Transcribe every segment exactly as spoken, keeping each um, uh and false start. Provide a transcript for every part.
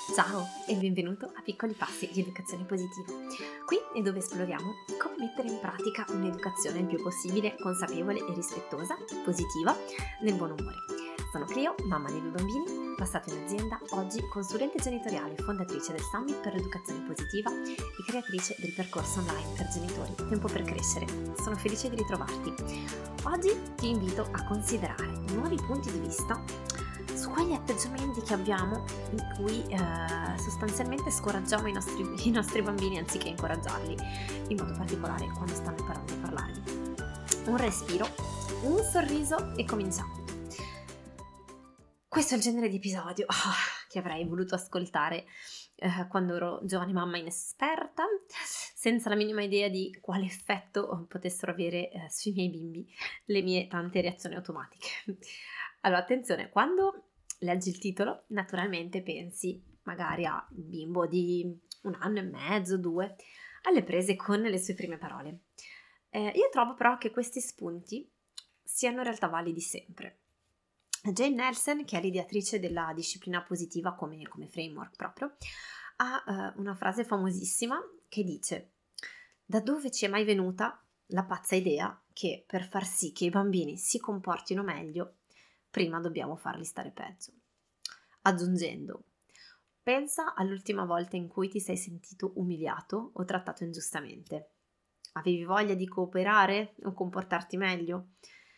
Ciao e benvenuto a Piccoli Passi di Educazione Positiva. Qui è dove esploriamo come mettere in pratica un'educazione il più possibile consapevole e rispettosa, positiva, nel buon umore. Sono Clio, mamma di due bambini, passata in azienda, oggi consulente genitoriale, fondatrice del Summit per l'Educazione Positiva e creatrice del percorso online per genitori Tempo per Crescere. Sono felice di ritrovarti. Oggi ti invito a considerare nuovi punti di vista su quegli atteggiamenti che abbiamo in cui eh, sostanzialmente scoraggiamo i nostri, i nostri bambini anziché incoraggiarli, in modo particolare quando stanno imparando a parlare. Un respiro, un sorriso e cominciamo. Questo è il genere di episodio oh, che avrei voluto ascoltare eh, quando ero giovane mamma inesperta, senza la minima idea di quale effetto potessero avere eh, sui miei bimbi le mie tante reazioni automatiche. Allora, attenzione, quando leggi il titolo, naturalmente pensi magari a un bimbo di un anno e mezzo, due, alle prese con le sue prime parole. Eh, io trovo però che questi spunti siano in realtà validi sempre. Jane Nelsen, che è l'ideatrice della disciplina positiva come, come framework proprio, ha uh, una frase famosissima che dice: da dove ci è mai venuta la pazza idea che per far sì che i bambini si comportino meglio, prima dobbiamo farli stare peggio. Aggiungendo: pensa all'ultima volta in cui ti sei sentito umiliato o trattato ingiustamente. Avevi voglia di cooperare o comportarti meglio?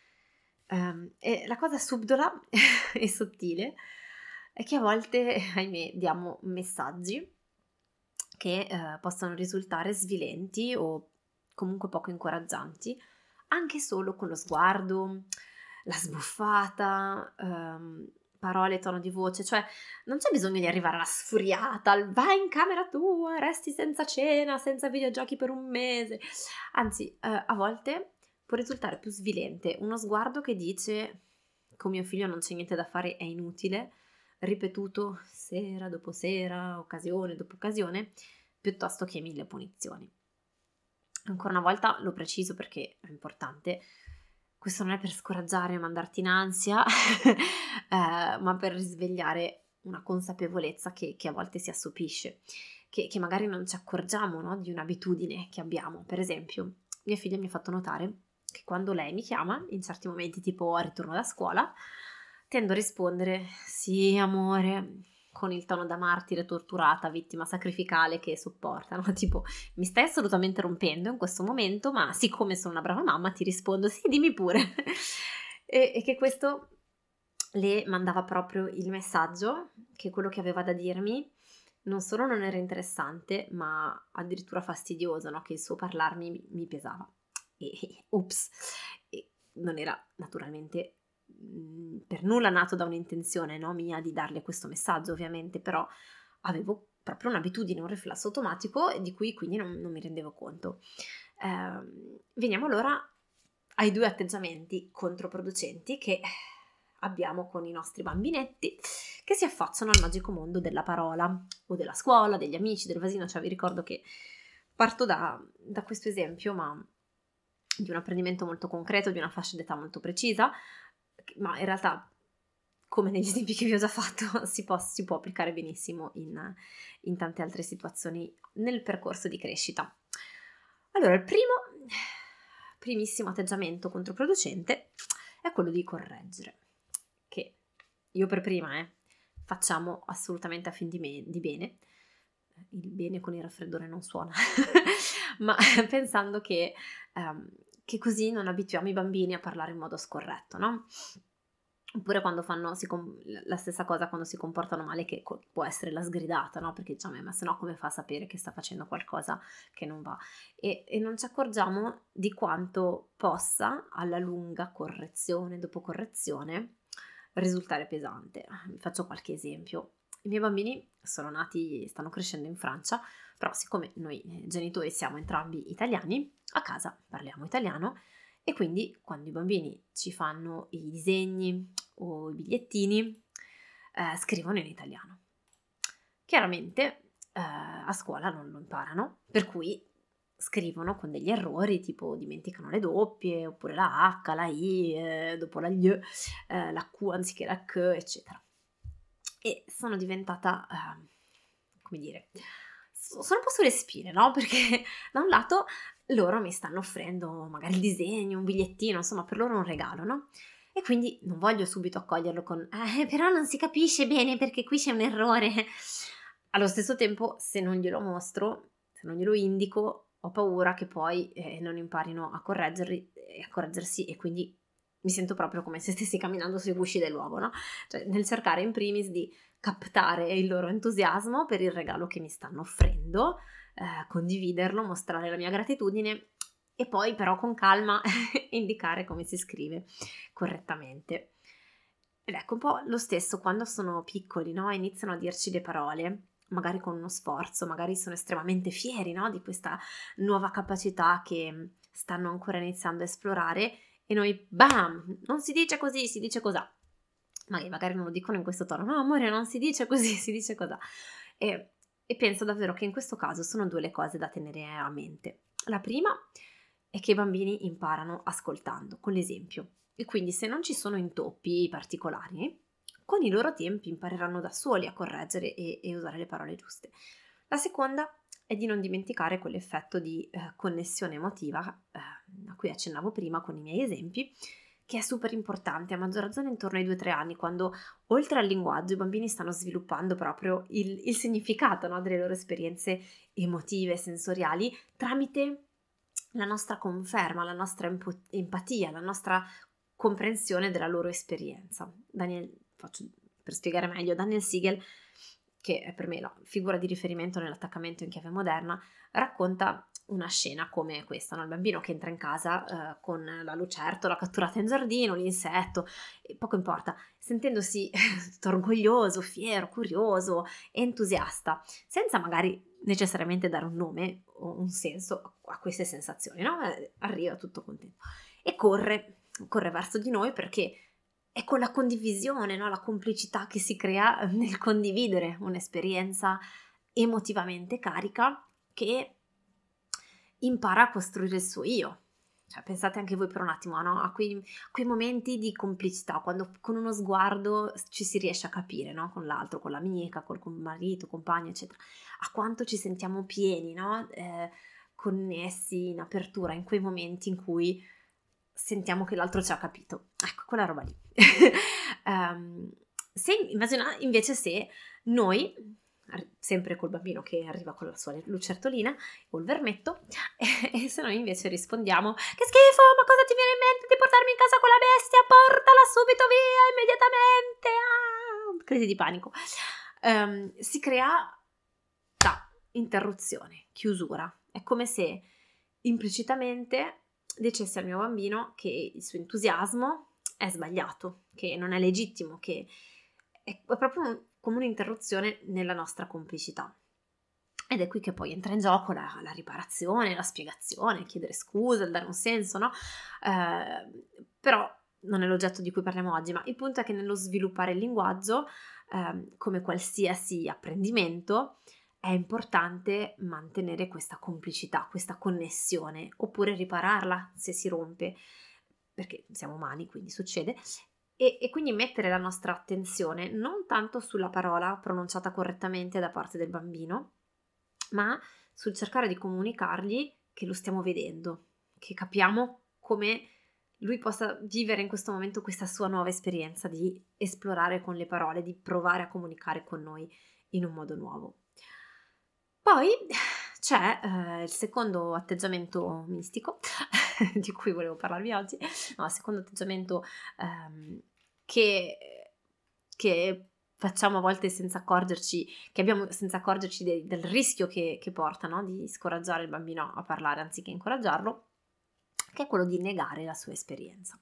Um, e la cosa subdola e sottile è che a volte, ahimè, diamo messaggi che uh, possono risultare svilenti o comunque poco incoraggianti, anche solo con lo sguardo, la sbuffata, um, parole, tono di voce, cioè non c'è bisogno di arrivare alla sfuriata, al vai in camera tua, resti senza cena, senza videogiochi per un mese, anzi uh, a volte può risultare più svilente uno sguardo che dice: con mio figlio non c'è niente da fare, è inutile, ripetuto sera dopo sera, occasione dopo occasione, piuttosto che mille punizioni. Ancora una volta lo preciso perché è importante: questo non è per scoraggiare o mandarti in ansia, eh, ma per risvegliare una consapevolezza che, che a volte si assopisce, che, che magari non ci accorgiamo, no, di un'abitudine che abbiamo. Per esempio, mia figlia mi ha fatto notare che quando lei mi chiama, in certi momenti tipo a ritorno da scuola, tendo a rispondere: sì amore, con il tono da martire, torturata, vittima sacrificale che sopporta, no? Tipo, mi stai assolutamente rompendo in questo momento, ma siccome sono una brava mamma ti rispondo: sì, dimmi pure. e, e che questo le mandava proprio il messaggio che quello che aveva da dirmi non solo non era interessante, ma addirittura fastidioso, no? Che il suo parlarmi mi, mi pesava. E ups, e non era naturalmente mh, per nulla nato da un'intenzione, no, mia di darle questo messaggio, ovviamente, però avevo proprio un'abitudine, un riflesso automatico di cui quindi non, non mi rendevo conto. Eh, veniamo allora ai due atteggiamenti controproducenti che abbiamo con i nostri bambinetti che si affacciano al magico mondo della parola o della scuola, degli amici, del vasino. Cioè vi ricordo che parto da, da questo esempio, ma di un apprendimento molto concreto, di una fascia d'età molto precisa, ma in realtà, come negli esempi che vi ho già fatto, si può, si può applicare benissimo in, in tante altre situazioni nel percorso di crescita. Allora, il primo, primissimo atteggiamento controproducente è quello di correggere, che io per prima eh, facciamo assolutamente a fin di, me, di bene. Il bene con il raffreddore non suona, ma pensando che, um, che così non abituiamo i bambini a parlare in modo scorretto, no? Oppure quando fanno si com- la stessa cosa quando si comportano male, che co- può essere la sgridata, no? Perché diciamo, ma se no come fa a sapere che sta facendo qualcosa che non va? E, e non ci accorgiamo di quanto possa, alla lunga, correzione dopo correzione, risultare pesante. Vi faccio qualche esempio. I miei bambini sono nati, stanno crescendo in Francia, però siccome noi genitori siamo entrambi italiani, a casa parliamo italiano e quindi quando i bambini ci fanno i disegni o i bigliettini eh, scrivono in italiano. Chiaramente eh, a scuola non lo imparano, per cui scrivono con degli errori, tipo dimenticano le doppie, oppure la H, la I, eh, dopo la G, eh, la Q anziché la C, eccetera. E sono diventata eh, come dire, so- sono un po' sulle spine, no? Perché da un lato loro mi stanno offrendo magari il disegno, un bigliettino, insomma per loro è un regalo, no? E quindi non voglio subito accoglierlo con eh, però non si capisce bene perché qui c'è un errore. Allo stesso tempo, se non glielo mostro, se non glielo indico, ho paura che poi eh, non imparino a correggerli, eh, a correggersi e quindi mi sento proprio come se stessi camminando sui gusci dell'uovo, no? Cioè nel cercare in primis di captare il loro entusiasmo per il regalo che mi stanno offrendo, eh, condividerlo, mostrare la mia gratitudine e poi però con calma indicare come si scrive correttamente. Ed ecco un po' lo stesso quando sono piccoli, no? Iniziano a dirci le parole, magari con uno sforzo, magari sono estremamente fieri, no? Di questa nuova capacità che stanno ancora iniziando a esplorare e noi, bam, non si dice così, si dice cos'ha. Magari, magari non lo dicono in questo tono, no amore, non si dice così, si dice cos'ha. E, e penso davvero che in questo caso sono due le cose da tenere a mente. La prima è che i bambini imparano ascoltando, con l'esempio. E quindi se non ci sono intoppi particolari, con i loro tempi impareranno da soli a correggere e, e usare le parole giuste. La seconda è di non dimenticare quell'effetto di eh, connessione emotiva eh, a cui accennavo prima con i miei esempi, che è super importante, a maggior ragione intorno ai due tre anni, quando oltre al linguaggio i bambini stanno sviluppando proprio il, il significato, no, delle loro esperienze emotive, sensoriali, tramite la nostra conferma, la nostra empo- empatia, la nostra comprensione della loro esperienza. Daniel, faccio per spiegare meglio, Daniel Siegel, che è per me la figura di riferimento nell'attaccamento in chiave moderna, racconta una scena come questa, no? Il bambino che entra in casa eh, con la lucertola catturata in giardino, l'insetto, e poco importa, sentendosi tutto orgoglioso, fiero, curioso, entusiasta, senza magari necessariamente dare un nome o un senso a queste sensazioni, no? Arriva tutto contento e corre, corre verso di noi perché è con la condivisione, no? La complicità che si crea nel condividere un'esperienza emotivamente carica che impara a costruire il suo io. Cioè, pensate anche voi per un attimo, no? A quei, quei momenti di complicità, quando con uno sguardo ci si riesce a capire, no? Con l'altro, con l'amica, col, con il marito, compagno, eccetera. A quanto ci sentiamo pieni, no? Eh, connessi in apertura, in quei momenti in cui sentiamo che l'altro ci ha capito. Ecco, quella roba lì. um, se, immagina invece se noi, sempre col bambino che arriva con la sua lucertolina o il vermetto, e, e se noi invece rispondiamo: che schifo, ma cosa ti viene in mente di portarmi in casa quella bestia? Portala subito via, immediatamente! Ah, crisi di panico. Um, si crea da interruzione, chiusura. È come se implicitamente dicesse al mio bambino che il suo entusiasmo è sbagliato, che non è legittimo, che è proprio un, come un'interruzione nella nostra complicità. Ed è qui che poi entra in gioco la, la riparazione, la spiegazione, chiedere scusa, dare un senso, no? Eh, però non è l'oggetto di cui parliamo oggi, ma il punto è che nello sviluppare il linguaggio, eh, come qualsiasi apprendimento, è importante mantenere questa complicità, questa connessione, oppure ripararla se si rompe, perché siamo umani, quindi succede, e, e quindi mettere la nostra attenzione non tanto sulla parola pronunciata correttamente da parte del bambino, ma sul cercare di comunicargli che lo stiamo vedendo, che capiamo come lui possa vivere in questo momento questa sua nuova esperienza di esplorare con le parole, di provare a comunicare con noi in un modo nuovo. Poi c'è eh, il secondo atteggiamento mistico di cui volevo parlarvi oggi, no, il secondo atteggiamento ehm, che, che facciamo a volte senza accorgerci, che abbiamo senza accorgerci de, del rischio che, che porta, no? Di scoraggiare il bambino a parlare anziché incoraggiarlo, che è quello di negare la sua esperienza.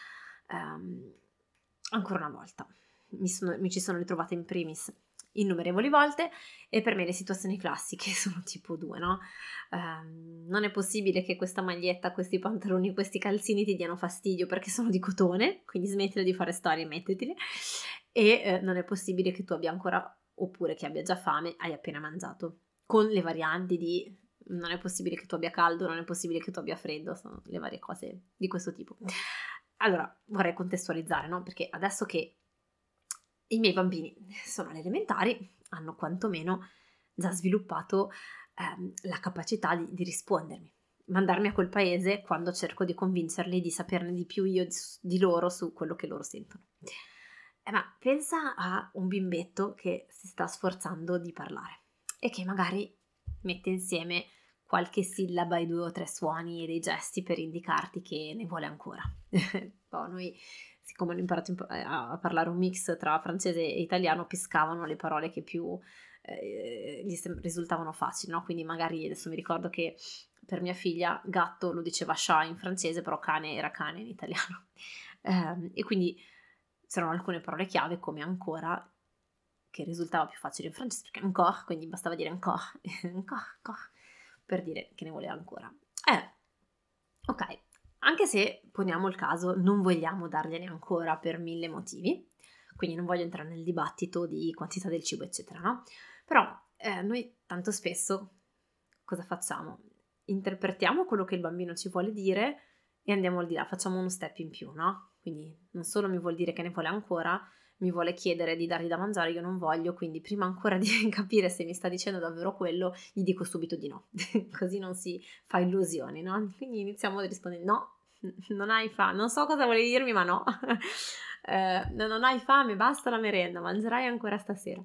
Um, ancora una volta, mi, sono, mi ci sono ritrovata in primis innumerevoli volte e per me le situazioni classiche sono tipo due, no? Um, non è possibile che questa maglietta, questi pantaloni, questi calzini ti diano fastidio perché sono di cotone, quindi smettila di fare storie e metteteli, e eh, non è possibile che tu abbia ancora, oppure che abbia già fame, hai appena mangiato, con le varianti di non è possibile che tu abbia caldo, non è possibile che tu abbia freddo, sono le varie cose di questo tipo. Allora, vorrei contestualizzare, no? Perché adesso che i miei bambini sono alle elementari, hanno quantomeno già sviluppato ehm, la capacità di, di rispondermi, mandarmi a quel paese quando cerco di convincerli di saperne di più io di, di loro su quello che loro sentono. Eh, ma pensa a un bimbetto che si sta sforzando di parlare e che magari mette insieme qualche sillaba e due o tre suoni e dei gesti per indicarti che ne vuole ancora. Poi noi, siccome hanno imparato a parlare un mix tra francese e italiano, pescavano le parole che più eh, gli risultavano facili, no? Quindi magari adesso mi ricordo che per mia figlia gatto lo diceva chat in francese, però cane era cane in italiano. Eh, e quindi c'erano alcune parole chiave come ancora, che risultava più facile in francese perché encore, quindi bastava dire encore, encore, encore, per dire che ne voleva ancora. Eh, ok, anche se poniamo il caso non vogliamo dargliene ancora per mille motivi, quindi non voglio entrare nel dibattito di quantità del cibo eccetera, no? Però eh, noi tanto spesso cosa facciamo? Interpretiamo quello che il bambino ci vuole dire e andiamo al di là, facciamo uno step in più, no? Quindi non solo mi vuol dire che ne vuole ancora, mi vuole chiedere di dargli da mangiare, io non voglio, quindi prima ancora di capire se mi sta dicendo davvero quello, gli dico subito di no, così non si fa illusioni, no? Quindi iniziamo a rispondere no, non hai fame, non so cosa volevi dirmi, ma no, eh, non hai fame, basta la merenda, mangerai ancora stasera.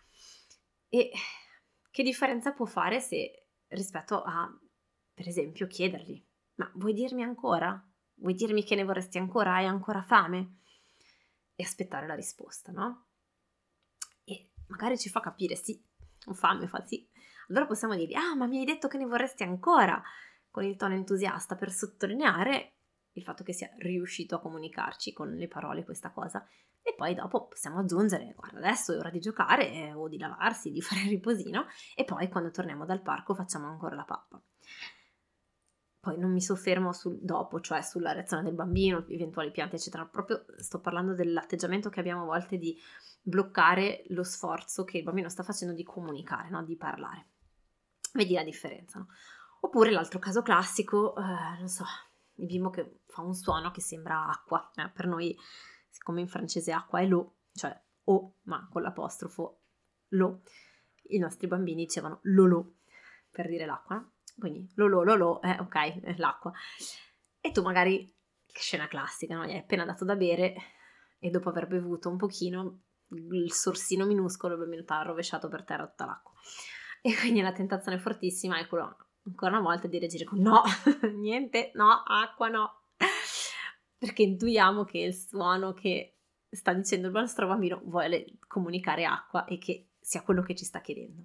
E che differenza può fare se rispetto a, per esempio, chiedergli, ma vuoi dirmi ancora? Vuoi dirmi che ne vorresti ancora? Hai ancora fame? E aspettare la risposta, no? E magari ci fa capire, sì, ho fame, fa sì. Allora possiamo dirgli, ah, ma mi hai detto che ne vorresti ancora? Con il tono entusiasta per sottolineare il fatto che sia riuscito a comunicarci con le parole questa cosa. E poi dopo possiamo aggiungere, guarda, adesso è ora di giocare eh, o di lavarsi, di fare il riposino e poi quando torniamo dal parco facciamo ancora la pappa. Poi non mi soffermo sul dopo, cioè sulla reazione del bambino, eventuali pianti, eccetera. Proprio sto parlando dell'atteggiamento che abbiamo a volte di bloccare lo sforzo che il bambino sta facendo di comunicare, no? Di parlare. Vedi la differenza, no? Oppure l'altro caso classico, eh, non so, il bimbo che fa un suono che sembra acqua. Eh, per noi, siccome in francese acqua è l'eau, cioè o, ma con l'apostrofo, l'eau, i nostri bambini dicevano lolo per dire l'acqua, no? Quindi lolo, lolo, eh, ok, è l'acqua. E tu magari, scena classica, no? Gli hai appena dato da bere e dopo aver bevuto un pochino, il sorsino minuscolo, il bambino ti ha rovesciato per terra tutta l'acqua. E quindi la tentazione fortissima è quello, ancora una volta, di reagire con no, niente, no, acqua no. Perché intuiamo che il suono che sta dicendo il nostro bambino vuole comunicare acqua e che sia quello che ci sta chiedendo.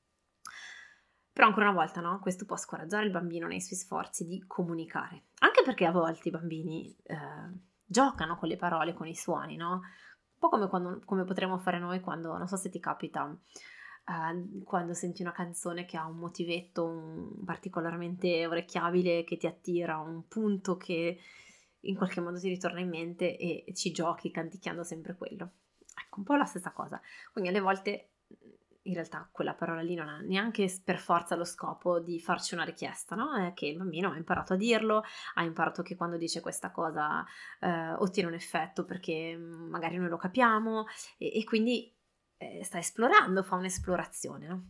Però ancora una volta, no? Questo può scoraggiare il bambino nei suoi sforzi di comunicare. Anche perché a volte i bambini eh, giocano con le parole, con i suoni, no? Un po' come, quando, come potremmo fare noi quando, non so se ti capita, eh, quando senti una canzone che ha un motivetto un particolarmente orecchiabile, che ti attira, un punto che in qualche modo ti ritorna in mente e, e ci giochi canticchiando sempre quello. Ecco, un po' la stessa cosa. Quindi alle volte in realtà quella parola lì non ha neanche per forza lo scopo di farci una richiesta, no? È che il bambino ha imparato a dirlo, ha imparato che quando dice questa cosa eh, ottiene un effetto perché magari noi lo capiamo e, e quindi eh, sta esplorando, fa un'esplorazione, no?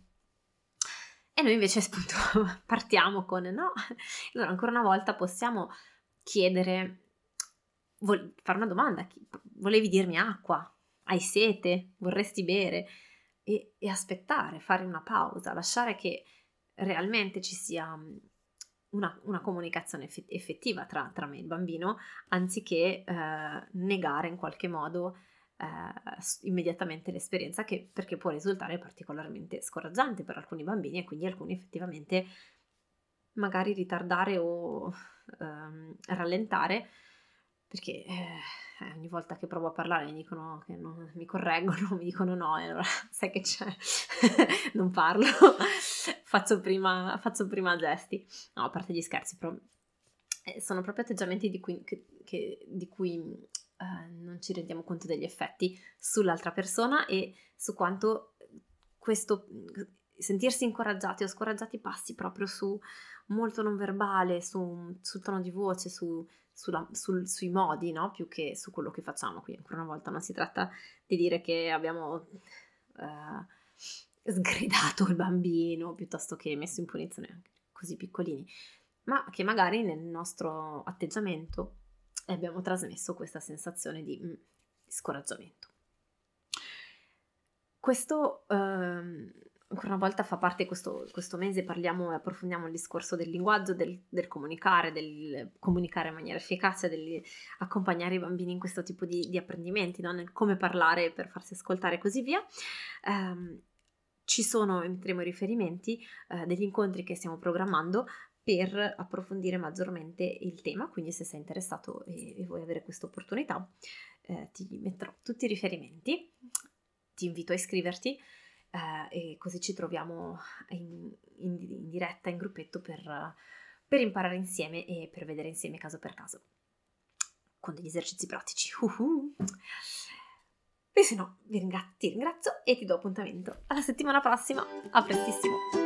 E noi invece appunto partiamo con no. Allora ancora una volta possiamo chiedere, vol- fare una domanda, volevi dirmi acqua? Hai sete? Vorresti bere? E, e aspettare, fare una pausa, lasciare che realmente ci sia una, una comunicazione effettiva tra, tra me e il bambino, anziché eh, negare in qualche modo eh, immediatamente l'esperienza, che, perché può risultare particolarmente scoraggiante per alcuni bambini e quindi alcuni effettivamente magari ritardare o ehm, rallentare, perché eh, ogni volta che provo a parlare mi dicono che non, mi correggono, mi dicono no, e allora sai che c'è, non parlo, faccio prima, faccio prima gesti, no, a parte gli scherzi, però eh, sono proprio atteggiamenti di cui, che, che, di cui eh, non ci rendiamo conto degli effetti sull'altra persona e su quanto questo sentirsi incoraggiati o scoraggiati passi proprio su molto non verbale, su, sul tono di voce, su, sulla, sul, sui modi, no? Più che su quello che facciamo. Qui ancora una volta non si tratta di dire che abbiamo uh, sgridato il bambino, piuttosto che messo in punizione anche così piccolini, ma che magari nel nostro atteggiamento abbiamo trasmesso questa sensazione di, mhmm, di scoraggiamento. Questo, uhm, ancora una volta fa parte questo questo mese parliamo e approfondiamo il discorso del linguaggio, del del comunicare, del comunicare in maniera efficace, dell'accompagnare i bambini in questo tipo di di apprendimenti, no, nel come parlare per farsi ascoltare e così via. Ehm, ci sono, e metteremo i riferimenti, ehm, degli incontri che stiamo programmando per approfondire maggiormente il tema, quindi se sei interessato e e vuoi avere questa opportunità, ehm, ti metterò tutti i riferimenti. Ti invito a iscriverti, ehm, e così ci troviamo in in di in diretta, in gruppetto per per imparare insieme e per vedere insieme caso per caso, con degli esercizi pratici. Uh-uh. E se no vi ringra ti ringrazio e ti do appuntamento alla settimana prossima. A prestissimo.